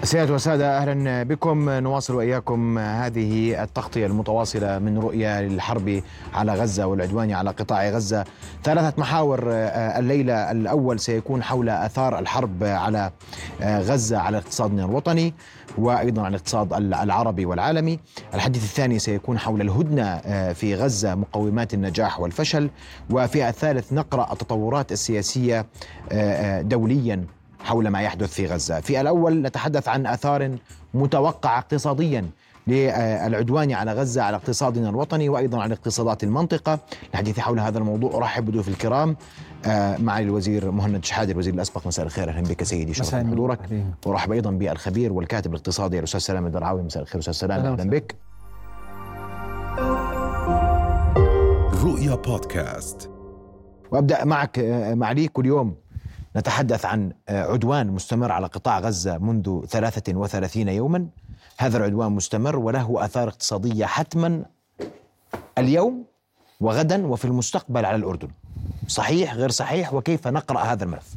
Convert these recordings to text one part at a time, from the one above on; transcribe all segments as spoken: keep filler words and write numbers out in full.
سيادة وسادة، أهلا بكم. نواصل وإياكم هذه التغطية المتواصلة من رؤية للحرب على غزة والعدوان على قطاع غزة. ثلاثة محاور الليلة. الأول سيكون حول آثار الحرب على غزة على اقتصادنا الوطني وأيضا على الاقتصاد العربي والعالمي. الحديث الثاني سيكون حول الهدنة في غزة، مقومات النجاح والفشل. وفي الثالث نقرأ التطورات السياسية دوليا حول ما يحدث في غزة. في الأول نتحدث عن آثار متوقعة اقتصاديا للعدوان على غزة على اقتصادنا الوطني وأيضا على اقتصادات المنطقة. الحديث حول هذا الموضوع أرحب بضيوف الكرام، معالي الوزير مهند شحادة الوزير الأسبق. مساء الخير، أهلا بك سيدي، شرف حضورك. ورحب أيضا بالخبير والكاتب الاقتصادي الأستاذ سلام الدرعاوي. مساء الخير أستاذ سلام، أهلا بك. رؤيا بودكاست. وأبدأ معك معاليك. اليوم نتحدث عن عدوان مستمر على قطاع غزة منذ ثلاثة وثلاثين يوما. هذا العدوان مستمر وله آثار اقتصادية حتما اليوم وغدا وفي المستقبل على الأردن. صحيح غير صحيح؟ وكيف نقرأ هذا الملف؟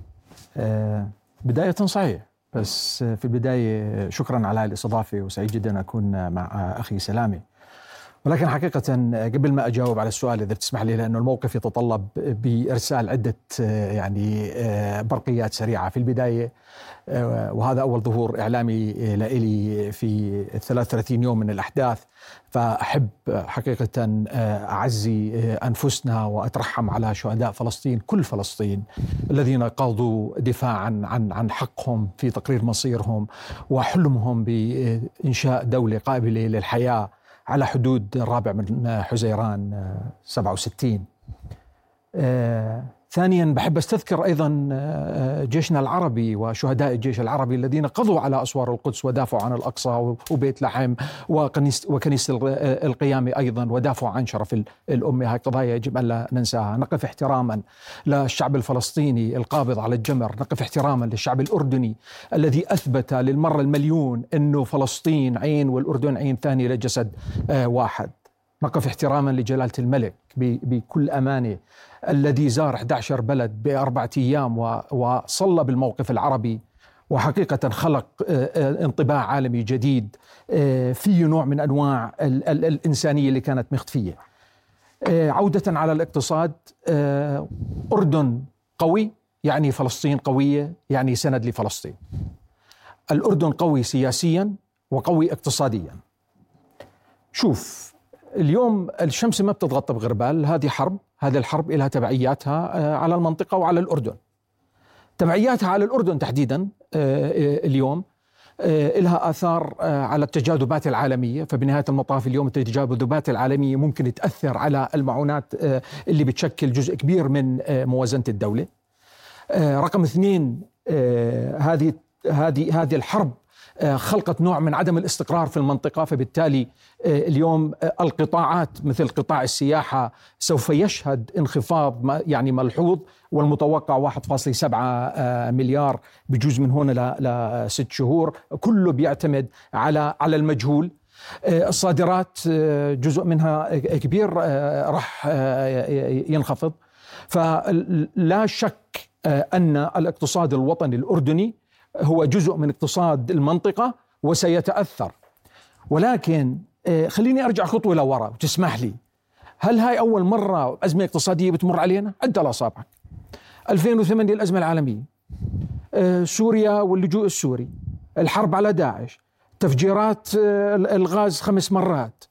آه بداية صحيح، بس في البداية شكرا على الاستضافة، وسعيد جدا أن أكون مع أخي سلامي. ولكن حقيقة قبل ما أجاوب على السؤال إذا بتسمح لي، لأنه الموقف يتطلب بإرسال عدة يعني برقيات سريعة في البداية، وهذا أول ظهور إعلامي لإلي في الثلاث وثلاثين يوم من الأحداث، فأحب حقيقة أعزي أنفسنا وأترحم على شهداء فلسطين، كل فلسطين الذين قاضوا دفاعا عن عن حقهم في تقرير مصيرهم وحلمهم بإنشاء دولة قابلة للحياة على حدود الرابع من حزيران سبعة وستين. آه، ثانيا بحب استذكر أيضا جيشنا العربي وشهداء الجيش العربي الذين قضوا على أسوار القدس ودافعوا عن الأقصى وبيت لحم وكنيسة القيامة أيضا، ودافعوا عن شرف الأمة. هاي قضايا يجب أن لا ننساها. نقف احتراما للشعب الفلسطيني القابض على الجمر، نقف احتراما للشعب الأردني الذي أثبت للمرة المليون أنه فلسطين عين والأردن عين ثانية لجسد واحد. نقف احتراما لجلالة الملك بكل أمانة الذي زار أحد عشر بلد بأربعة أيام وصلى بالموقف العربي، وحقيقة خلق انطباع عالمي جديد فيه نوع من أنواع الإنسانية اللي كانت مختفية. عودة على الاقتصاد، أردن قوي يعني فلسطين قوية، يعني سند لفلسطين. الأردن قوي سياسيا وقوي اقتصاديا. شوف، اليوم الشمس ما بتتغطى بغربال، هذه حرب، هذه الحرب لها تبعياتها على المنطقة وعلى الأردن. تبعياتها على الأردن تحديدا اليوم لها آثار على التجاذبات العالمية، فبنهاية المطاف اليوم التجاذبات العالمية ممكن تأثر على المعونات اللي بتشكل جزء كبير من موازنة الدولة. رقم اثنين، هذه هذه هذه الحرب خلقت نوع من عدم الاستقرار في المنطقة، فبالتالي اليوم القطاعات مثل قطاع السياحة سوف يشهد انخفاض يعني ملحوظ، والمتوقع واحد فاصلة سبعة مليار بجوز من هنا لست شهور، كله بيعتمد على على المجهول. الصادرات جزء منها كبير راح ينخفض، فلا شك أن الاقتصاد الوطني الأردني هو جزء من اقتصاد المنطقة وسيتأثر. ولكن خليني أرجع خطوة لورا وتسمح لي. هل هاي أول مرة أزمة اقتصادية بتمر علينا؟ عد على أصابعك. ألفين وثمانية الأزمة العالمية، سوريا واللجوء السوري، الحرب على داعش، تفجيرات الغاز خمس مرات،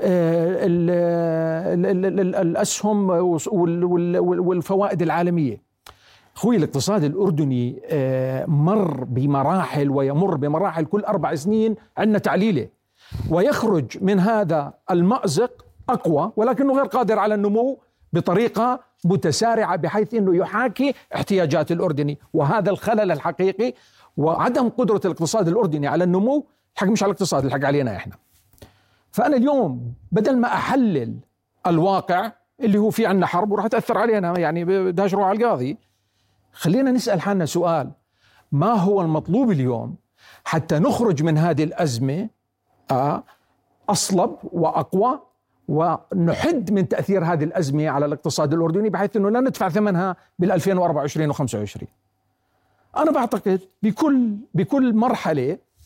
الأسهم والفوائد العالمية. خوي الاقتصاد الأردني مر بمراحل ويمر بمراحل كل أربع سنين عندنا تعليله، ويخرج من هذا المأزق أقوى، ولكنه غير قادر على النمو بطريقة متسارعة بحيث أنه يحاكي احتياجات الأردني. وهذا الخلل الحقيقي وعدم قدرة الاقتصاد الأردني على النمو، الحق مش على الاقتصاد، الحق علينا إحنا. فأنا اليوم بدل ما أحلل الواقع اللي هو في عنا حرب وراح تأثر علينا يعني بدهاش روح على القاضي، خلينا نسأل حالنا سؤال: ما هو المطلوب اليوم حتى نخرج من هذه الأزمة أصلب وأقوى، ونحد من تأثير هذه الأزمة على الاقتصاد الأردني بحيث أنه لا ندفع ثمنها بالألفين وأربعة وعشرين وخمسة وعشرين. أنا بعتقد بكل بكل مرحلة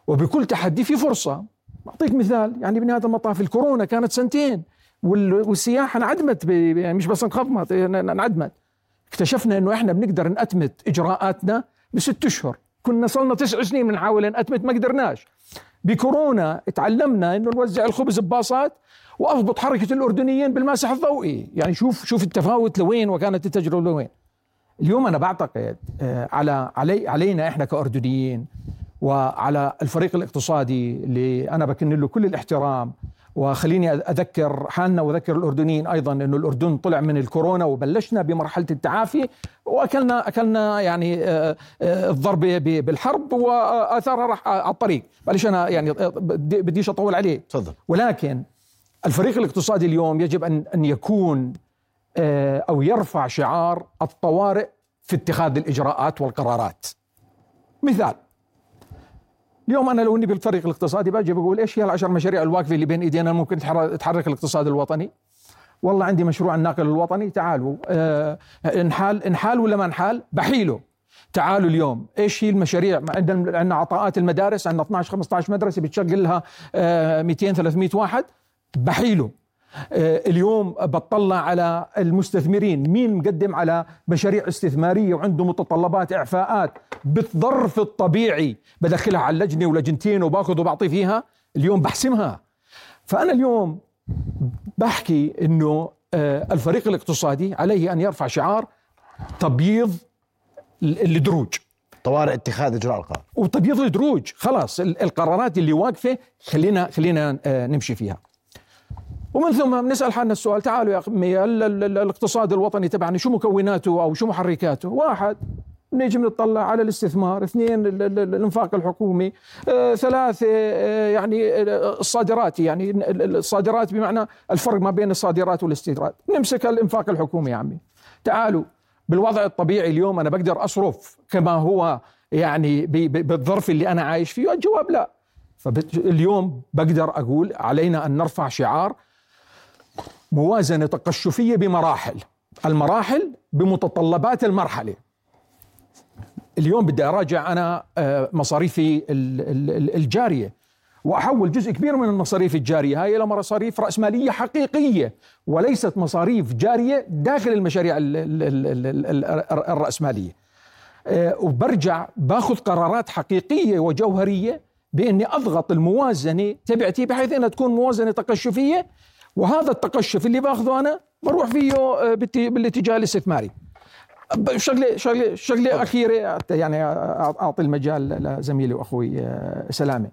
وبكل تحدي في فرصة. أعطيك مثال، يعني بنهاية المطاف الكورونا كانت سنتين والسياحة انعدمت، يعني مش بس انخفضت، انعدمت. اكتشفنا انه احنا بنقدر نأتمت اجراءاتنا بست اشهر، كنا صلنا تسع سنين بنحاول نأتمت ما قدرناش. بكورونا تعلمنا انه نوزع الخبز بباصات واضبط حركة الاردنيين بالماسح الضوئي. يعني شوف شوف التفاوت لوين وكانت التجربة لوين. اليوم انا بعتقد على علي علينا احنا كأردنيين وعلى الفريق الاقتصادي اللي انا بكن له كل الاحترام، وخليني أذكر حالنا وأذكر الأردنيين أيضا أنه الأردن طلع من الكورونا وبلشنا بمرحلة التعافي، وأكلنا أكلنا يعني الضرب بالحرب وآثارها راح على الطريق. معلش أنا يعني بديش أطول عليه. تفضل. ولكن الفريق الاقتصادي اليوم يجب أن أن يكون أو يرفع شعار الطوارئ في اتخاذ الإجراءات والقرارات. مثال، اليوم أنا لو إني بالفريق الاقتصادي باجي بقول إيش هي العشر مشاريع الواقفة اللي بين إيدينا ممكن تحرك الاقتصاد الوطني. والله عندي مشروع الناقل الوطني، تعالوا آه نحال نحال ولا ما نحال بحيله. تعالوا اليوم إيش هي المشاريع؟ عندنا عندنا عطاءات المدارس، عندنا اثناشر خمسطعش مدرسة بتشغل لها آه مئتين ثلاثمئة واحد بحيله. آه اليوم بطلع على المستثمرين، مين مقدم على مشاريع استثمارية وعنده متطلبات إعفاءات بالظرف الطبيعي بدخلها على اللجنة ولجنتين وباخذ وبعطي فيها، اليوم بحسمها. فأنا اليوم بحكي إنه آه الفريق الاقتصادي عليه أن يرفع شعار تبييض الدروج، طوارئ اتخاذ إجراء القرار وتبييض الدروج. خلاص القرارات اللي واقفة خلينا خلينا آه نمشي فيها. ومن ثم بنسأل حالنا السؤال، تعالوا يا أخي الاقتصاد الوطني تبعنا شو مكوناته أو شو محركاته؟ واحد، نيجي بنطلع على الاستثمار. اثنين، الانفاق الحكومي. آه، ثلاثة، آه، يعني الصادرات، يعني الصادرات بمعنى الفرق ما بين الصادرات والاستيراد. نمسك الانفاق الحكومي يا عمي. تعالوا بالوضع الطبيعي اليوم أنا بقدر أصرف كما هو يعني بالظرف اللي أنا عايش فيه؟ الجواب لا. فاليوم بقدر أقول علينا أن نرفع شعار موازنة تقشفية بمراحل، المراحل بمتطلبات المرحلة. اليوم بدي أراجع أنا مصاريفي الجارية وأحول جزء كبير من المصاريف الجارية هاي إلى مصاريف رأسمالية حقيقية وليست مصاريف جارية داخل المشاريع الرأسمالية. وبرجع باخذ قرارات حقيقية وجوهرية بإني أضغط الموازنة تبعتي بحيث أنها تكون موازنة تقشفية، وهذا التقشف اللي باخذه أنا بروح فيه بالاتجاه الاستثماري. شغلة شغلة شغلة أخيرة يعني أعطي المجال لزميلي وأخوي سلامة.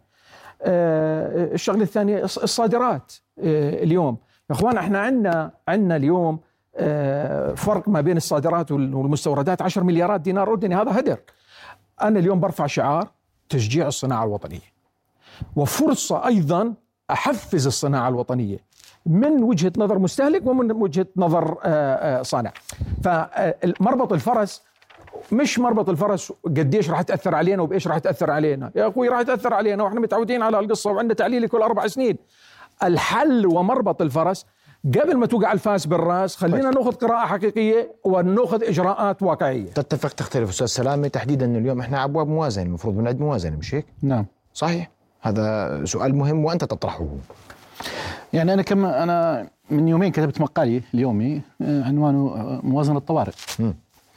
الشغلة الثانية الصادرات. اليوم يا أخوان احنا عندنا عندنا اليوم فرق ما بين الصادرات والمستوردات عشر مليارات دينار أردني، هذا هدر. أنا اليوم برفع شعار تشجيع الصناعة الوطنية، وفرصة أيضا أحفز الصناعة الوطنية من وجهة نظر مستهلك ومن وجهة نظر صانع. فمربط الفرس مش مربط الفرس قديش راح تأثر علينا وبإيش راح تأثر علينا. يا أخوي راح تأثر علينا وإحنا متعودين على القصة وعندنا تعليل كل أربع سنين. الحل ومربط الفرس قبل ما توقع الفاس بالراس خلينا نأخذ قراءة حقيقية ونأخذ إجراءات واقعية. تتفق تختلف أستاذ سلامة؟ تحديدا اليوم إحنا أبواب موازنة، المفروض بنعد موازنة مش هيك؟ نعم صحيح، هذا سؤال مهم وأنت تطرحه. يعني أنا كما أنا من يومين كتبت مقالي اليومي عنوانه موازنة الطوارئ. م.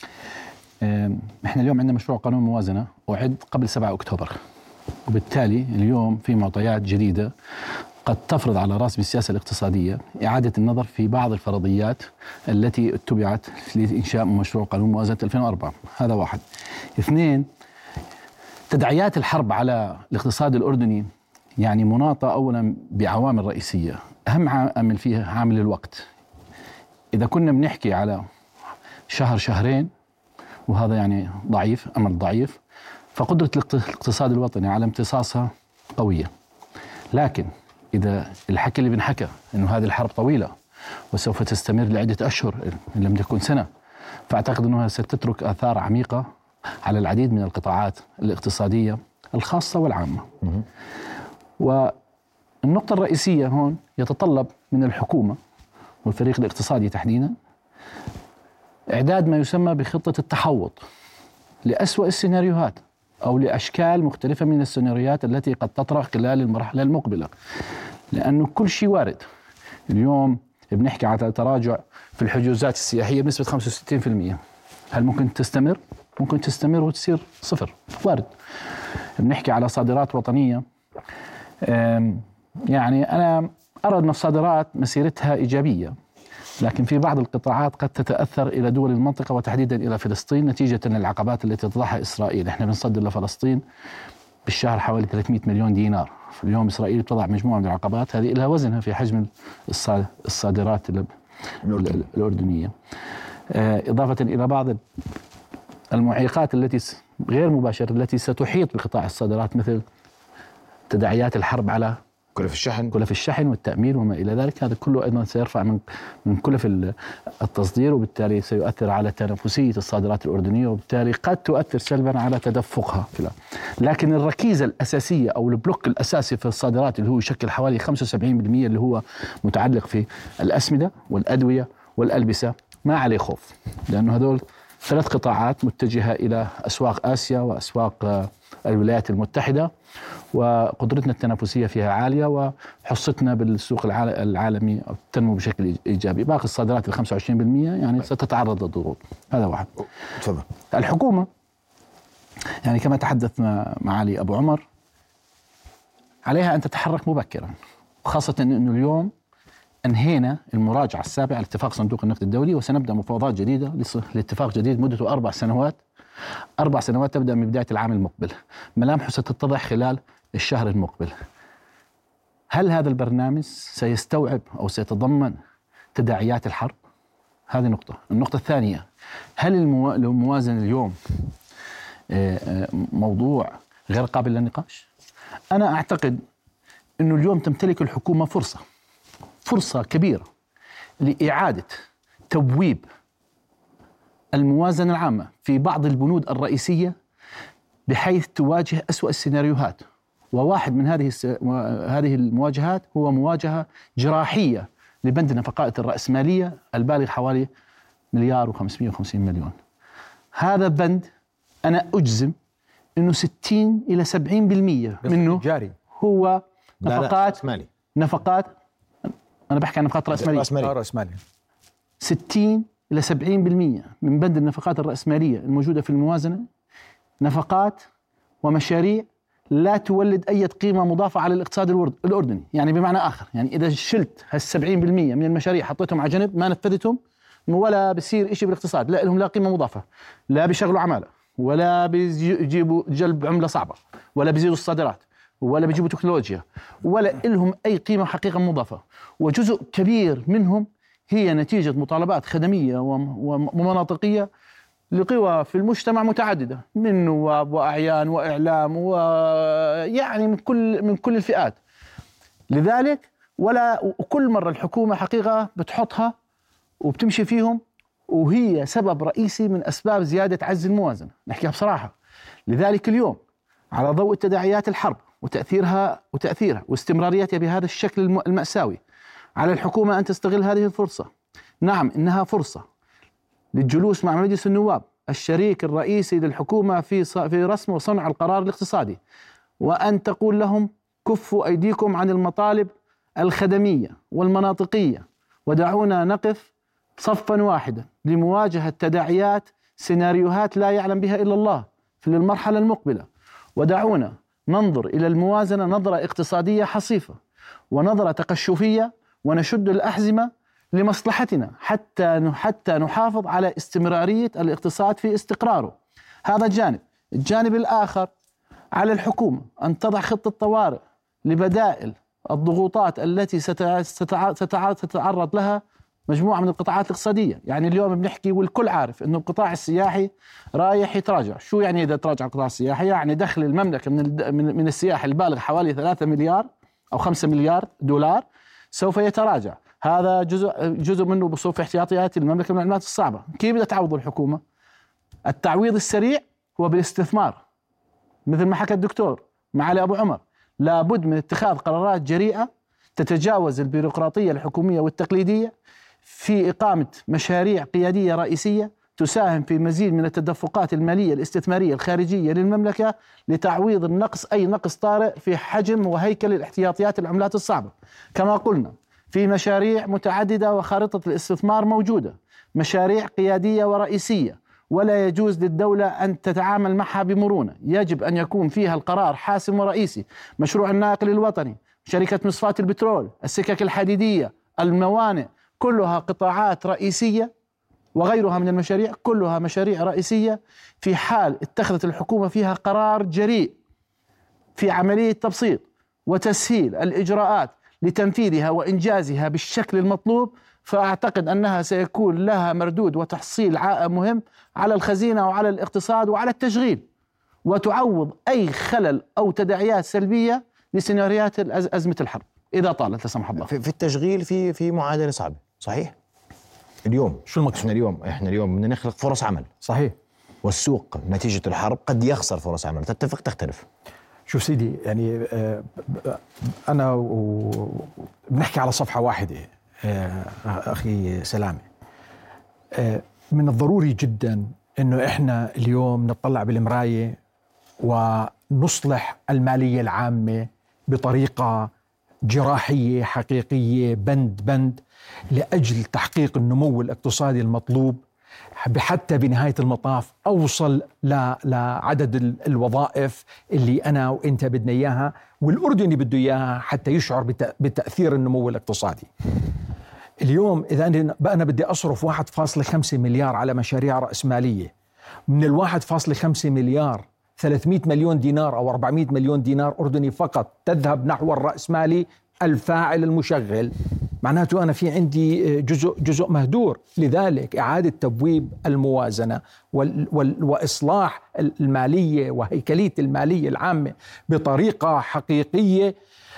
إحنا اليوم عندنا مشروع قانون موازنة أعد قبل سبعة أكتوبر، وبالتالي اليوم في معطيات جديدة قد تفرض على رأس بالسياسة الاقتصادية إعادة النظر في بعض الفرضيات التي اتبعت لإنشاء مشروع قانون موازنة ألفين وأربعة. هذا واحد. اثنين، تداعيات الحرب على الاقتصاد الأردني يعني مناطة أولا بعوامل رئيسية، أهم عامل فيها عامل الوقت. إذا كنا بنحكي على شهر شهرين وهذا يعني ضعيف، أمر ضعيف، فقدرة الاقتصاد الوطني على امتصاصها قوية. لكن إذا الحكي اللي بنحكى إنه هذه الحرب طويلة وسوف تستمر لعدة أشهر إن لم تكن سنة، فأعتقد أنها ستترك آثار عميقة على العديد من القطاعات الاقتصادية الخاصة والعامة. والنقطة الرئيسية هون يتطلب من الحكومة والفريق الاقتصادي تحديدا إعداد ما يسمى بخطة التحوط لأسوأ السيناريوهات أو لأشكال مختلفة من السيناريوهات التي قد تطرح خلال المرحلة المقبلة، لأنه كل شيء وارد. اليوم بنحكي على تراجع في الحجوزات السياحية بنسبة خمسة وستين بالمئة. هل ممكن تستمر؟ ممكن تستمر وتصير صفر، وارد. بنحكي على صادرات وطنية، يعني أنا أرى أن الصادرات مسيرتها إيجابية، لكن في بعض القطاعات قد تتأثر إلى دول المنطقة وتحديدا إلى فلسطين نتيجة للعقبات التي تضعها إسرائيل. إحنا بنصدر لفلسطين بالشهر حوالي ثلاثمئة مليون دينار. اليوم إسرائيل تضع مجموعة من العقبات هذه لها وزنها في حجم الصادرات الأردنية، إضافة إلى بعض المعيقات التي غير مباشرة التي ستحيط بقطاع الصادرات، مثل تداعيات الحرب على كلف الشحن كلف الشحن والتأمين وما إلى ذلك. هذا كله أيضا سيرفع من من كلف التصدير، وبالتالي سيؤثر على تنافسية الصادرات الأردنية، وبالتالي قد تؤثر سلبا على تدفقها. لكن الركيزة الأساسية أو البلوك الأساسي في الصادرات اللي هو يشكل حوالي خمسة وسبعين بالمئة اللي هو متعلق في الأسمدة والأدوية والألبسة ما عليه خوف، لأنه هذول ثلاث قطاعات متجهة إلى أسواق آسيا وأسواق الولايات المتحدة، وقدرتنا التنافسية فيها عالية، وحصتنا بالسوق العالمي تنمو بشكل إيجابي. باقي الصادرات ال خمسة وعشرين بالمئة يعني ستتعرض للضغوط. هذا واحد. تفضل. الحكومة يعني كما تحدثنا معالي أبو عمر عليها أن تتحرك مبكرا، وخاصة أنه اليوم أنهينا المراجعة السابعة لاتفاق صندوق النقد الدولي، وسنبدأ مفاوضات جديدة لاتفاق جديد مدته أربع سنوات أربع سنوات تبدأ من بداية العام المقبل. ملامحه ستتضح خلال الشهر المقبل. هل هذا البرنامج سيستوعب أو سيتضمن تداعيات الحرب؟ هذه نقطة. النقطة الثانية، هل الموازنة اليوم موضوع غير قابل للنقاش؟ أنا أعتقد أنه اليوم تمتلك الحكومة فرصة فرصة كبيرة لإعادة تبويب الموازنة العامة في بعض البنود الرئيسية بحيث تواجه أسوأ السيناريوهات. وواحد من هذه هذه المواجهات هو مواجهة جراحية لبند نفقات الرأسمالية البالغ حوالي مليار وخمسمئة وخمسين مليون. هذا بند أنا أجزم أنه ستين إلى سبعين بالمئة منه جاري هو نفقات لا لا نفقات أنا بحكي عن نفقات رأسمالية رأسمالية ستين إلى سبعين بالمئة من بند النفقات الرأسمالية الموجودة في الموازنة نفقات ومشاريع لا تولد أي قيمة مضافة على الاقتصاد الأردني. يعني بمعنى آخر، يعني إذا شلت هالسبعين بالمئة من المشاريع حطيتهم على جنب ما نفذتهم ولا بصير إشي بالاقتصاد، لا لهم لا قيمة مضافة، لا بيشغلوا عمالة ولا بيجيبوا جلب عملة صعبة ولا بيزيدوا الصادرات ولا بيجيبوا تكنولوجيا ولا لهم أي قيمة حقيقة مضافة. وجزء كبير منهم هي نتيجة مطالبات خدمية ومناطقية لقوى في المجتمع متعددة من نواب وأعيان وإعلام ويعني من كل من كل الفئات. لذلك ولا كل مرة الحكومة حقيقة بتحطها وبتمشي فيهم، وهي سبب رئيسي من أسباب زيادة عجز الموازنة، نحكيها بصراحة. لذلك اليوم على ضوء تداعيات الحرب وتأثيرها وتأثيرها واستمراريتها بهذا الشكل المأساوي، على الحكومة أن تستغل هذه الفرصة. نعم إنها فرصة للجلوس مع مجلس النواب الشريك الرئيسي للحكومة في في رسم وصنع القرار الاقتصادي، وأن تقول لهم كفوا أيديكم عن المطالب الخدمية والمناطقية ودعونا نقف صفا واحدا لمواجهة تداعيات سيناريوهات لا يعلم بها إلا الله في المرحلة المقبلة، ودعونا ننظر إلى الموازنة نظرة اقتصادية حصيفة ونظرة تقشفية ونشد الأحزمة لمصلحتنا حتى حتى نحافظ على استمرارية الاقتصاد في استقراره. هذا جانب. الجانب الآخر على الحكومة أن تضع خطة طوارئ لبدائل الضغوطات التي ستتعرض لها مجموعة من القطاعات الاقتصادية. يعني اليوم بنحكي والكل عارف إنه القطاع السياحي رايح يتراجع. شو يعني إذا تراجع القطاع السياحي؟ يعني دخل المملكة من من السياحة البالغ حوالي ثلاثة مليار أو خمسة مليار دولار سوف يتراجع. هذا جزء جزء منه بصوف احتياطيات المملكة من العملات الصعبة. كيف بدها تعوض الحكومة؟ التعويض السريع هو بالاستثمار، مثل ما حكى الدكتور معالي أبو عمر. لابد من اتخاذ قرارات جريئة تتجاوز البيروقراطية الحكومية والتقليدية في إقامة مشاريع قيادية رئيسية تساهم في مزيد من التدفقات المالية الاستثمارية الخارجية للمملكة لتعويض النقص، أي نقص طارئ في حجم وهيكل الاحتياطيات العملات الصعبة. كما قلنا في مشاريع متعددة وخارطة الاستثمار موجودة، مشاريع قيادية ورئيسية ولا يجوز للدولة أن تتعامل معها بمرونة، يجب أن يكون فيها القرار حاسم ورئيسي. مشروع الناقل الوطني، شركة مصفاة البترول، السكك الحديدية، الموانئ، كلها قطاعات رئيسية، وغيرها من المشاريع كلها مشاريع رئيسية. في حال اتخذت الحكومة فيها قرار جريء في عملية تبسيط وتسهيل الإجراءات لتنفيذها وإنجازها بالشكل المطلوب، فأعتقد أنها سيكون لها مردود وتحصيل عائد مهم على الخزينة وعلى الاقتصاد وعلى التشغيل، وتعوض أي خلل أو تداعيات سلبية لسيناريوهات أزمة الحرب إذا طالت لا سمح الله. في التشغيل في في معادلة صعبة، صحيح؟ اليوم شو المقصود؟ احنا اليوم احنا اليوم بدنا نخلق فرص عمل، صحيح، والسوق نتيجة الحرب قد يخسر فرص عمل. تتفق تختلف؟ شوف سيدي، يعني أنا بنحكي على صفحة واحدة أخي سلامي. من الضروري جدا أنه إحنا اليوم نطلع بالمراية ونصلح المالية العامة بطريقة جراحية حقيقية بند بند لأجل تحقيق النمو الاقتصادي المطلوب، حتى بنهاية المطاف أوصل لعدد الوظائف اللي أنا وإنت بدنا إياها والأردني بده إياها حتى يشعر بتأثير النمو الاقتصادي. اليوم إذا أنا بدي أصرف واحد فاصلة خمسة مليار على مشاريع رأسمالية، من الواحد فاصلة خمسة مليار ثلاثمئة مليون دينار أو أربعمئة مليون دينار أردني فقط تذهب نحو الرأسمالي الفاعل المشغل، معناته أنا في عندي جزء جزء مهدور. لذلك إعادة تبويب الموازنة وال وال وإصلاح المالية وهيكلية المالية العامة بطريقة حقيقية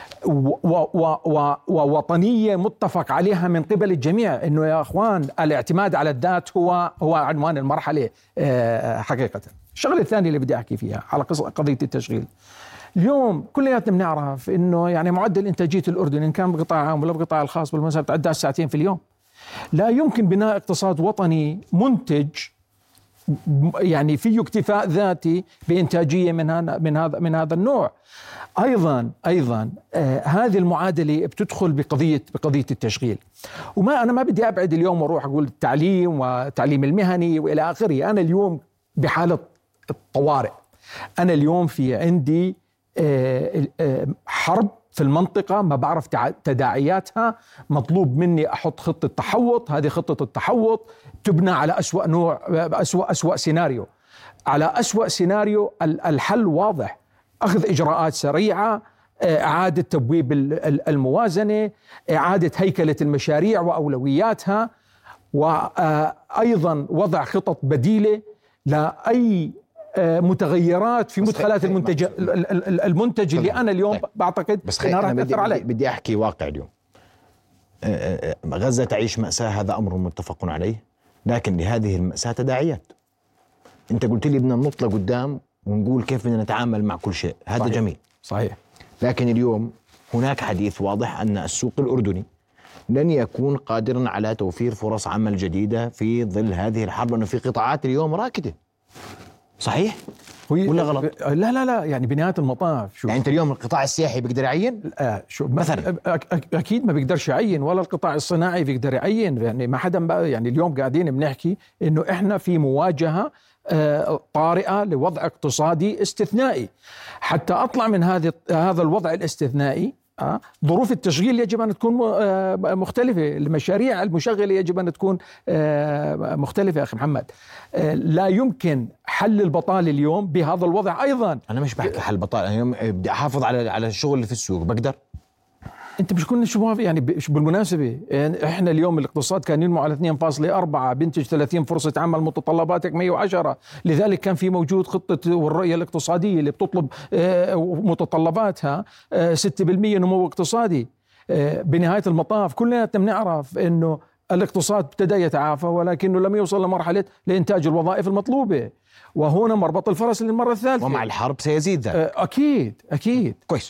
ووطنية متفق عليها من قبل الجميع، إنه يا أخوان الاعتماد على الذات هو هو عنوان المرحلة حقيقة. الشغلة الثانية اللي بدي أحكي فيها على قضية التشغيل، اليوم كلياتنا بنعرف إنه يعني معدل إنتاجية الأردن إن كان بقطاع عام ولا بقطاع الخاص بالمناسبة تعدى ساعتين في اليوم. لا يمكن بناء اقتصاد وطني منتج يعني فيه اكتفاء ذاتي بإنتاجية من هذا من هذا من هذا النوع. أيضا أيضا آه هذه المعادلة بتدخل بقضية بقضية التشغيل. وما أنا ما بدي أبعد اليوم وأروح أقول التعليم والتعليم المهني وإلى آخره. أنا اليوم بحالة الطوارئ، أنا اليوم في عندي آه آه حرب في المنطقة ما بعرف تداعياتها، مطلوب مني أحط خطة تحوط. هذه خطة التحوط تبنى على أسوأ نوع أسوأ أسوأ سيناريو. على أسوأ سيناريو الحل واضح، أخذ إجراءات سريعة، إعادة تبويب الموازنة، إعادة هيكلة المشاريع وأولوياتها، وأيضا وضع خطط بديلة لأي متغيرات في مدخلات المنتج المنتج اللي أنا اليوم طيب. بعتقد بس أنها راح تأثر عليه. بدي أحكي واقع اليوم. غزة تعيش مأساة، هذا أمر متفق عليه، لكن لهذه المأساة تداعيات. أنت قلت لي بدنا ننط لقدام ونقول كيف بدنا نتعامل مع كل شيء، هذا صحيح. جميل صحيح. لكن اليوم هناك حديث واضح أن السوق الأردني لن يكون قادرا على توفير فرص عمل جديدة في ظل هذه الحرب، لأنه في قطاعات اليوم راكدة. صحيح ولا غلط؟ لا لا لا يعني بنهاية المطاف شو يعني أنت اليوم القطاع السياحي بيقدر يعين؟ آه شو مثلا أكيد ما بيقدرش يعين، ولا القطاع الصناعي بيقدر يعين. يعني ما حدا بقى يعني اليوم قاعدين بنحكي إنه إحنا في مواجهة آه طارئة لوضع اقتصادي استثنائي. حتى أطلع من هذا هذا الوضع الاستثنائي آه ظروف التشغيل يجب أن تكون آه مختلفة، المشاريع المشغلة يجب أن تكون آه مختلفة. أخي محمد، آه لا يمكن حل البطالة اليوم بهذا الوضع. أيضا أنا مش بحكي حل بطالة، أنا اليوم بدي أحافظ على على الشغل اللي في السوق، بقدر؟ أنت مش كنا شو يعني بالمناسبة يعني إحنا اليوم الاقتصاد كان ينمو على اثنين فاصلة أربعة، بنتج ثلاثين فرصة عمل، متطلباتك مئة وعشرة. لذلك كان في موجود خطة والرؤية الاقتصادية اللي بتطلب متطلباتها ستة بالمئة نمو اقتصادي. بنهاية المطاف كلنا بنعرف إنه الاقتصاد ابتدى يتعافى، ولكنه لم يوصل لمرحلة لإنتاج الوظائف المطلوبة، وهنا مربط الفرس للمرة الثالثة. ومع الحرب سيزيد ذلك. أكيد أكيد. كويس.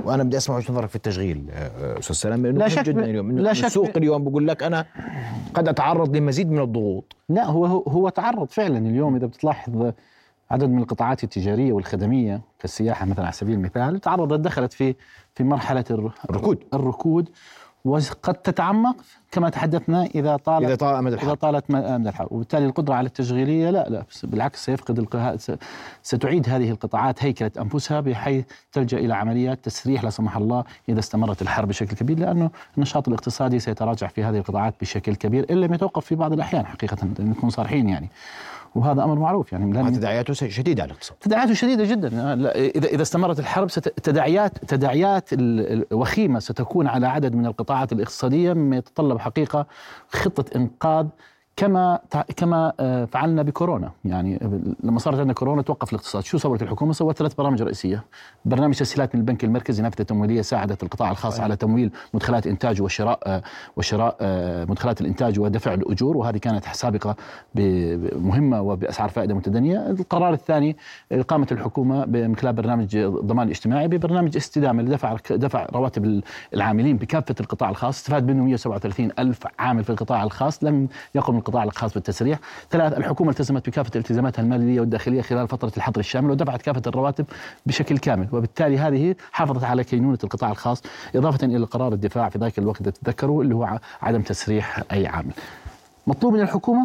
وانا بدي اسمع وجهه نظرك في التشغيل استاذ سلام، لانه لا مهم شك جدا اليوم إنه لا شك السوق اليوم بقول لك انا قد اتعرض لمزيد من الضغوط. لا هو هو تعرض فعلا اليوم. اذا بتلاحظ عدد من القطاعات التجاريه والخدميه كالسياحه مثلا على سبيل المثال تعرضت دخلت في في مرحله الركود الركود وقد تتعمق كما تحدثنا اذا طالت اذا طال امد الحرب اذا طالت امد الحرب، وبالتالي القدره على التشغيليه لا لا بالعكس سيفقد الق... ستعيد هذه القطاعات هيكله انفسها بحيث تلجا الى عمليات تسريح لا سمح الله اذا استمرت الحرب بشكل كبير، لانه النشاط الاقتصادي سيتراجع في هذه القطاعات بشكل كبير ان لم يتوقف في بعض الاحيان حقيقه، نكون صارحين يعني، وهذا امر معروف يعني. تداعياته شديده على الاقتصاد، تداعياته شديده جدا. اذا اذا استمرت الحرب تداعيات تداعيات وخيمه ستكون على عدد من القطاعات الاقتصاديه، مما يتطلب حقيقه خطه انقاذ كما كما فعلنا بكورونا. يعني لما صارت عندنا كورونا توقف الاقتصاد، شو سوت الحكومه؟ سوت ثلاث برامج رئيسيه. برنامج تسهيلات من البنك المركزي، نافذه تمويليه ساعدت القطاع الخاص على تمويل مدخلات انتاج وشراء وشراء مدخلات الانتاج ودفع الاجور، وهذه كانت سابقه مهمه وباسعار فائده متدنيه. القرار الثاني اقامه الحكومه من خلال برنامج الضمان الاجتماعي ببرنامج استدامه لدفع دفع رواتب العاملين بكافه القطاع الخاص، استفاد منه مئة وسبعة وثلاثين ألف عامل في القطاع الخاص، لم يقم القطاع الخاص بالتسريح. ثلاث، الحكومة التزمت بكافة التزاماتها المالية والداخلية خلال فترة الحظر الشامل ودفعت كافة الرواتب بشكل كامل، وبالتالي هذه حافظت على كينونة القطاع الخاص، إضافة إلى قرار الدفاع في ذاك الوقت تتذكروا اللي هو عدم تسريح أي عامل. مطلوب من الحكومة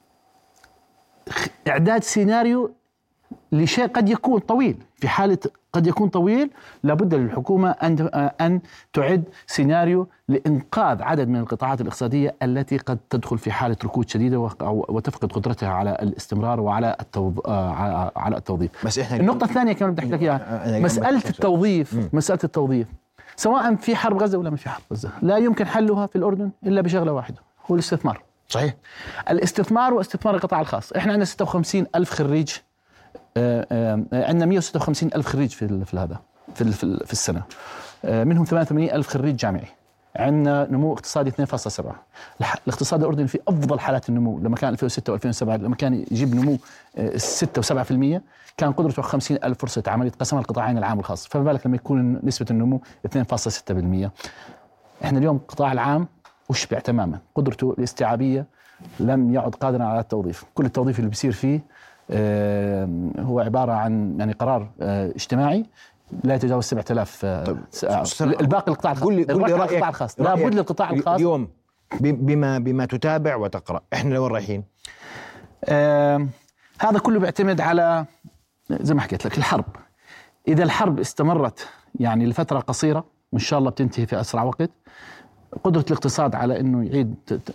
إعداد سيناريو لشيء قد يكون طويل، في حالة قد يكون طويل لابد للحكومة أن أن تعد سيناريو لإنقاذ عدد من القطاعات الاقتصادية التي قد تدخل في حالة ركود شديدة وتفقد قدرتها على الاستمرار وعلى التوظ... على التوظيف. بس إحنا النقطة الثانية كمان بدي أحكي لك إياها، مسألة التوظيف م. مسألة التوظيف سواء في حرب غزة ولا ما في حرب غزة لا يمكن حلها في الأردن إلا بشغلة واحدة، هو الاستثمار. صحيح، الاستثمار واستثمار القطاع الخاص. إحنا عندنا ستة وخمسين ألف خريج، عندنا مئة وستة وخمسين ألف خريج في في هذا في في السنة، منهم ثمانية وثمانين ألف خريج جامعي. عندنا نمو اقتصادي اثنين فاصلة سبعة. الاقتصاد الأردني في أفضل حالات النمو لما كان ألفين وستة وألفين وسبعة، لما كان يجيب نمو ستة وسبعة في المية، كان قدرته خمسين ألف فرصة عمل يتقسمها القطاعين العام والخاص، فما بالك لما يكون نسبة النمو اثنين فاصلة ستة بالمئة. احنا اليوم القطاع العام أشبع تماما، قدرته الاستيعابية لم يعد قادرا على التوظيف. كل التوظيف اللي بيصير فيه هو عبارة عن يعني قرار اجتماعي لا يتجاوز سبعة آلاف. الباقي القطاع الخاص. قل لي قل لي رأيك القطاع الخاص لابد للقطاع الخاص اليوم بما بما تتابع وتقرأ، احنا لوين رايحين؟ آه هذا كله بيعتمد على زي ما حكيت لك الحرب. إذا الحرب استمرت يعني لفترة قصيرة وإن شاء الله بتنتهي في أسرع وقت، قدرة الاقتصاد على أنه يعيد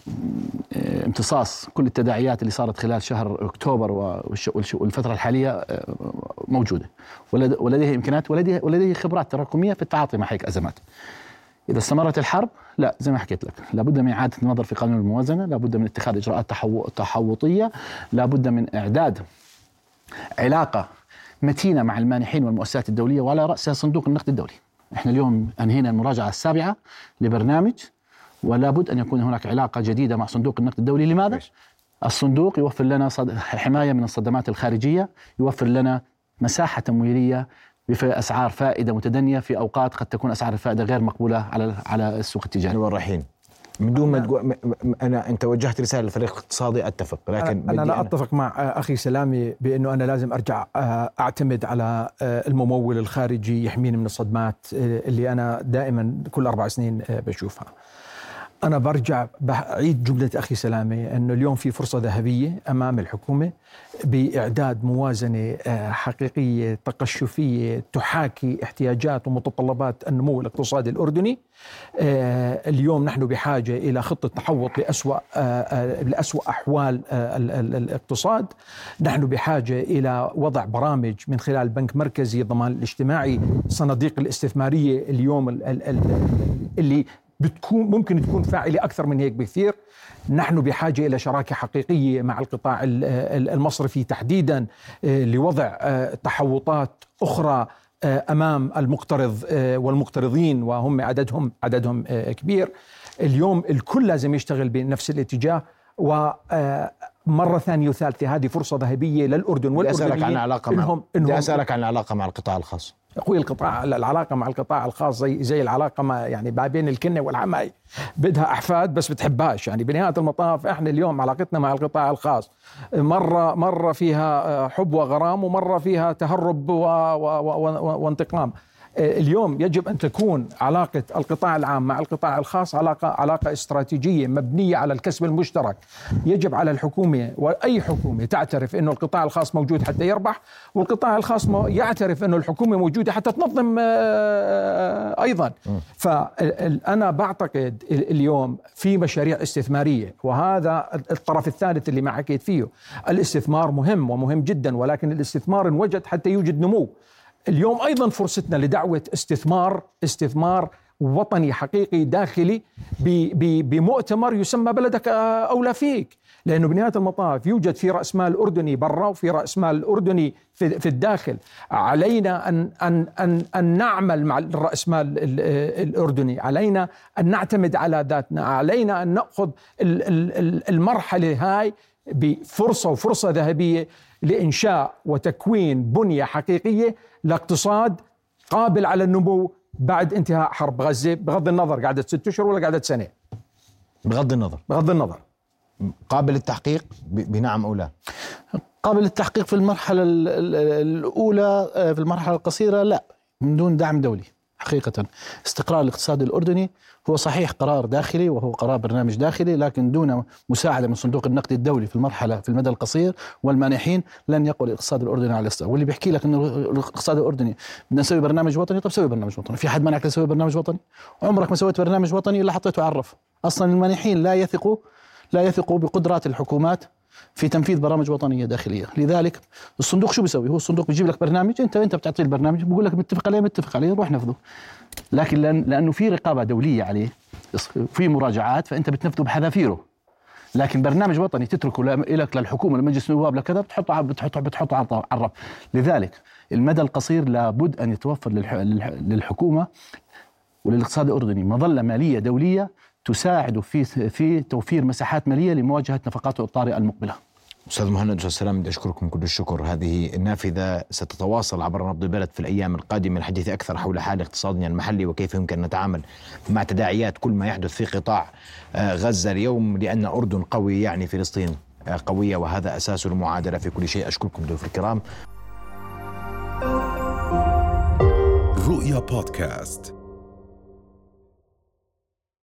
امتصاص كل التداعيات اللي صارت خلال شهر أكتوبر والفترة الحالية موجودة، ولديه إمكانات ولديه ولديه خبرات تراكمية في التعاطي مع هيك أزمات. إذا استمرت الحرب لا زي ما حكيت لك لابد من إعادة النظر في قانون الموازنة، لابد من اتخاذ إجراءات تحوطية، لابد من إعداد علاقة متينة مع المانحين والمؤسسات الدولية وعلى رأسها صندوق النقد الدولي. احنا اليوم انهينا المراجعة السابعة لبرنامج، ولا بد ان يكون هناك علاقة جديدة مع صندوق النقد الدولي. لماذا؟ الصندوق يوفر لنا حماية من الصدمات الخارجية، يوفر لنا مساحة تمويلية بأسعار فائدة متدنية في أوقات قد تكون أسعار الفائدة غير مقبولة على على السوق التجاري. والرحين من دون ما تقول أنا أنت وجهت رسالة للفريق الاقتصادي أتفق، لكن أنا, أنا لا أتفق مع أخي سلامي بأنه أنا لازم أرجع أعتمد على الممول الخارجي يحميني من الصدمات اللي أنا دائما كل أربع سنين بشوفها. أنا برجع بعيد جملة أخي سلامي أنه اليوم في فرصة ذهبية أمام الحكومة بإعداد موازنة حقيقية تقشفية تحاكي احتياجات ومتطلبات النمو الاقتصادي الأردني. اليوم نحن بحاجة إلى خطة تحوط لأسوأ لأسوأ أحوال الاقتصاد. نحن بحاجة إلى وضع برامج من خلال بنك مركزي، الضمان الاجتماعي، صناديق الاستثمارية اليوم اللي بتكون ممكن تكون فاعلة أكثر من هيك بكثير. نحن بحاجة إلى شراكة حقيقية مع القطاع المصرفي تحديدا لوضع تحوطات أخرى أمام المقترض والمقترضين، وهم عددهم عددهم كبير. اليوم الكل لازم يشتغل بنفس الاتجاه، ومرة ثانية وثالثة هذه فرصة ذهبية للأردن والأردنيين. بدي أسألك عن العلاقة مع بدي أسألك عن العلاقة مع القطاع الخاص. اخوي القطاع العلاقه مع القطاع الخاص زي زي العلاقه ما يعني ما بين الكنه والعماي، بدها احفاد بس بتحبهاش. يعني بنهايه المطاف احنا اليوم علاقتنا مع القطاع الخاص مره مره فيها حب وغرام، ومره فيها تهرب و و و وانتقام. اليوم يجب أن تكون علاقة القطاع العام مع القطاع الخاص علاقة علاقة استراتيجية مبنية على الكسب المشترك. يجب على الحكومة وأي حكومة تعترف أنه القطاع الخاص موجود حتى يربح، والقطاع الخاص يعترف أنه الحكومة موجودة حتى تنظم أيضا. فأنا بعتقد اليوم في مشاريع استثمارية، وهذا الطرف الثالث اللي ما حكيت فيه. الاستثمار مهم ومهم جدا، ولكن الاستثمار انوجد حتى يوجد نمو. اليوم أيضا فرصتنا لدعوة استثمار استثمار وطني حقيقي داخلي بمؤتمر يسمى بلدك أولى فيك، لأنه بنهاية المطاف يوجد في رأس مال أردني برا وفي رأس مال أردني في, في الداخل. علينا أن, أن, أن, أن نعمل مع الرأس مال الأردني، علينا أن نعتمد على ذاتنا، علينا أن نأخذ المرحلة هاي بفرصة وفرصة ذهبية لإنشاء وتكوين بنية حقيقية لاقتصاد قابل على النمو بعد انتهاء حرب غزة، بغض النظر قعدت ست أشهر ولا قعدت سنة. بغض النظر بغض النظر قابل للتحقيق بنعم أو لا؟ قابل للتحقيق في المرحلة الأولى، في المرحلة القصيرة لا، من دون دعم دولي. حقيقة استقرار الاقتصاد الأردني هو صحيح قرار داخلي وهو قرار برنامج داخلي، لكن دون مساعدة من صندوق النقد الدولي في المرحلة في المدى القصير والمانحين لن يقوى الاقتصاد الأردني على الاستقرار. واللي بيحكي لك إنه الاقتصاد الأردني بدنا نسوي برنامج وطني، طب سوي برنامج وطني. في حد منعك تسوي برنامج وطني؟ عمرك ما سويت برنامج وطني إلا حطيته على الرف. أصلا المانحين لا يثقوا لا يثقوا بقدرات الحكومات في تنفيذ برامج وطنية داخلية. لذلك الصندوق شو بيسوي؟ هو الصندوق بيجيب لك برنامج، انت انت بتعطيه البرنامج، بيقول لك متفق عليه متفق عليه روح نفذه. لكن لأن لانه في رقابة دولية عليه، في مراجعات، فانت بتنفذه بحذافيره. لكن برنامج وطني تتركه لك للحكومة لمجلس النواب لكذا، بتحطه بتحطه بتحطه على الرف. لذلك المدى القصير لابد ان يتوفر للحكومة وللاقتصاد الأردني مظلة مالية دولية تساعد في في توفير مساحات مالية لمواجهة نفقاته الطارئة المقبلة. أستاذ مهند أستاذ سلام، بدي أشكركم كل الشكر. هذه النافذة ستتواصل عبر نبض البلد في الأيام القادمة الحديث أكثر حول حال اقتصادنا المحلي وكيف يمكن نتعامل مع تداعيات كل ما يحدث في قطاع غزة اليوم، لأن أردن قوي يعني فلسطين قوية، وهذا أساس المعادلة في كل شيء. أشكركم ضيوف الكرام. رؤيا بودكاست.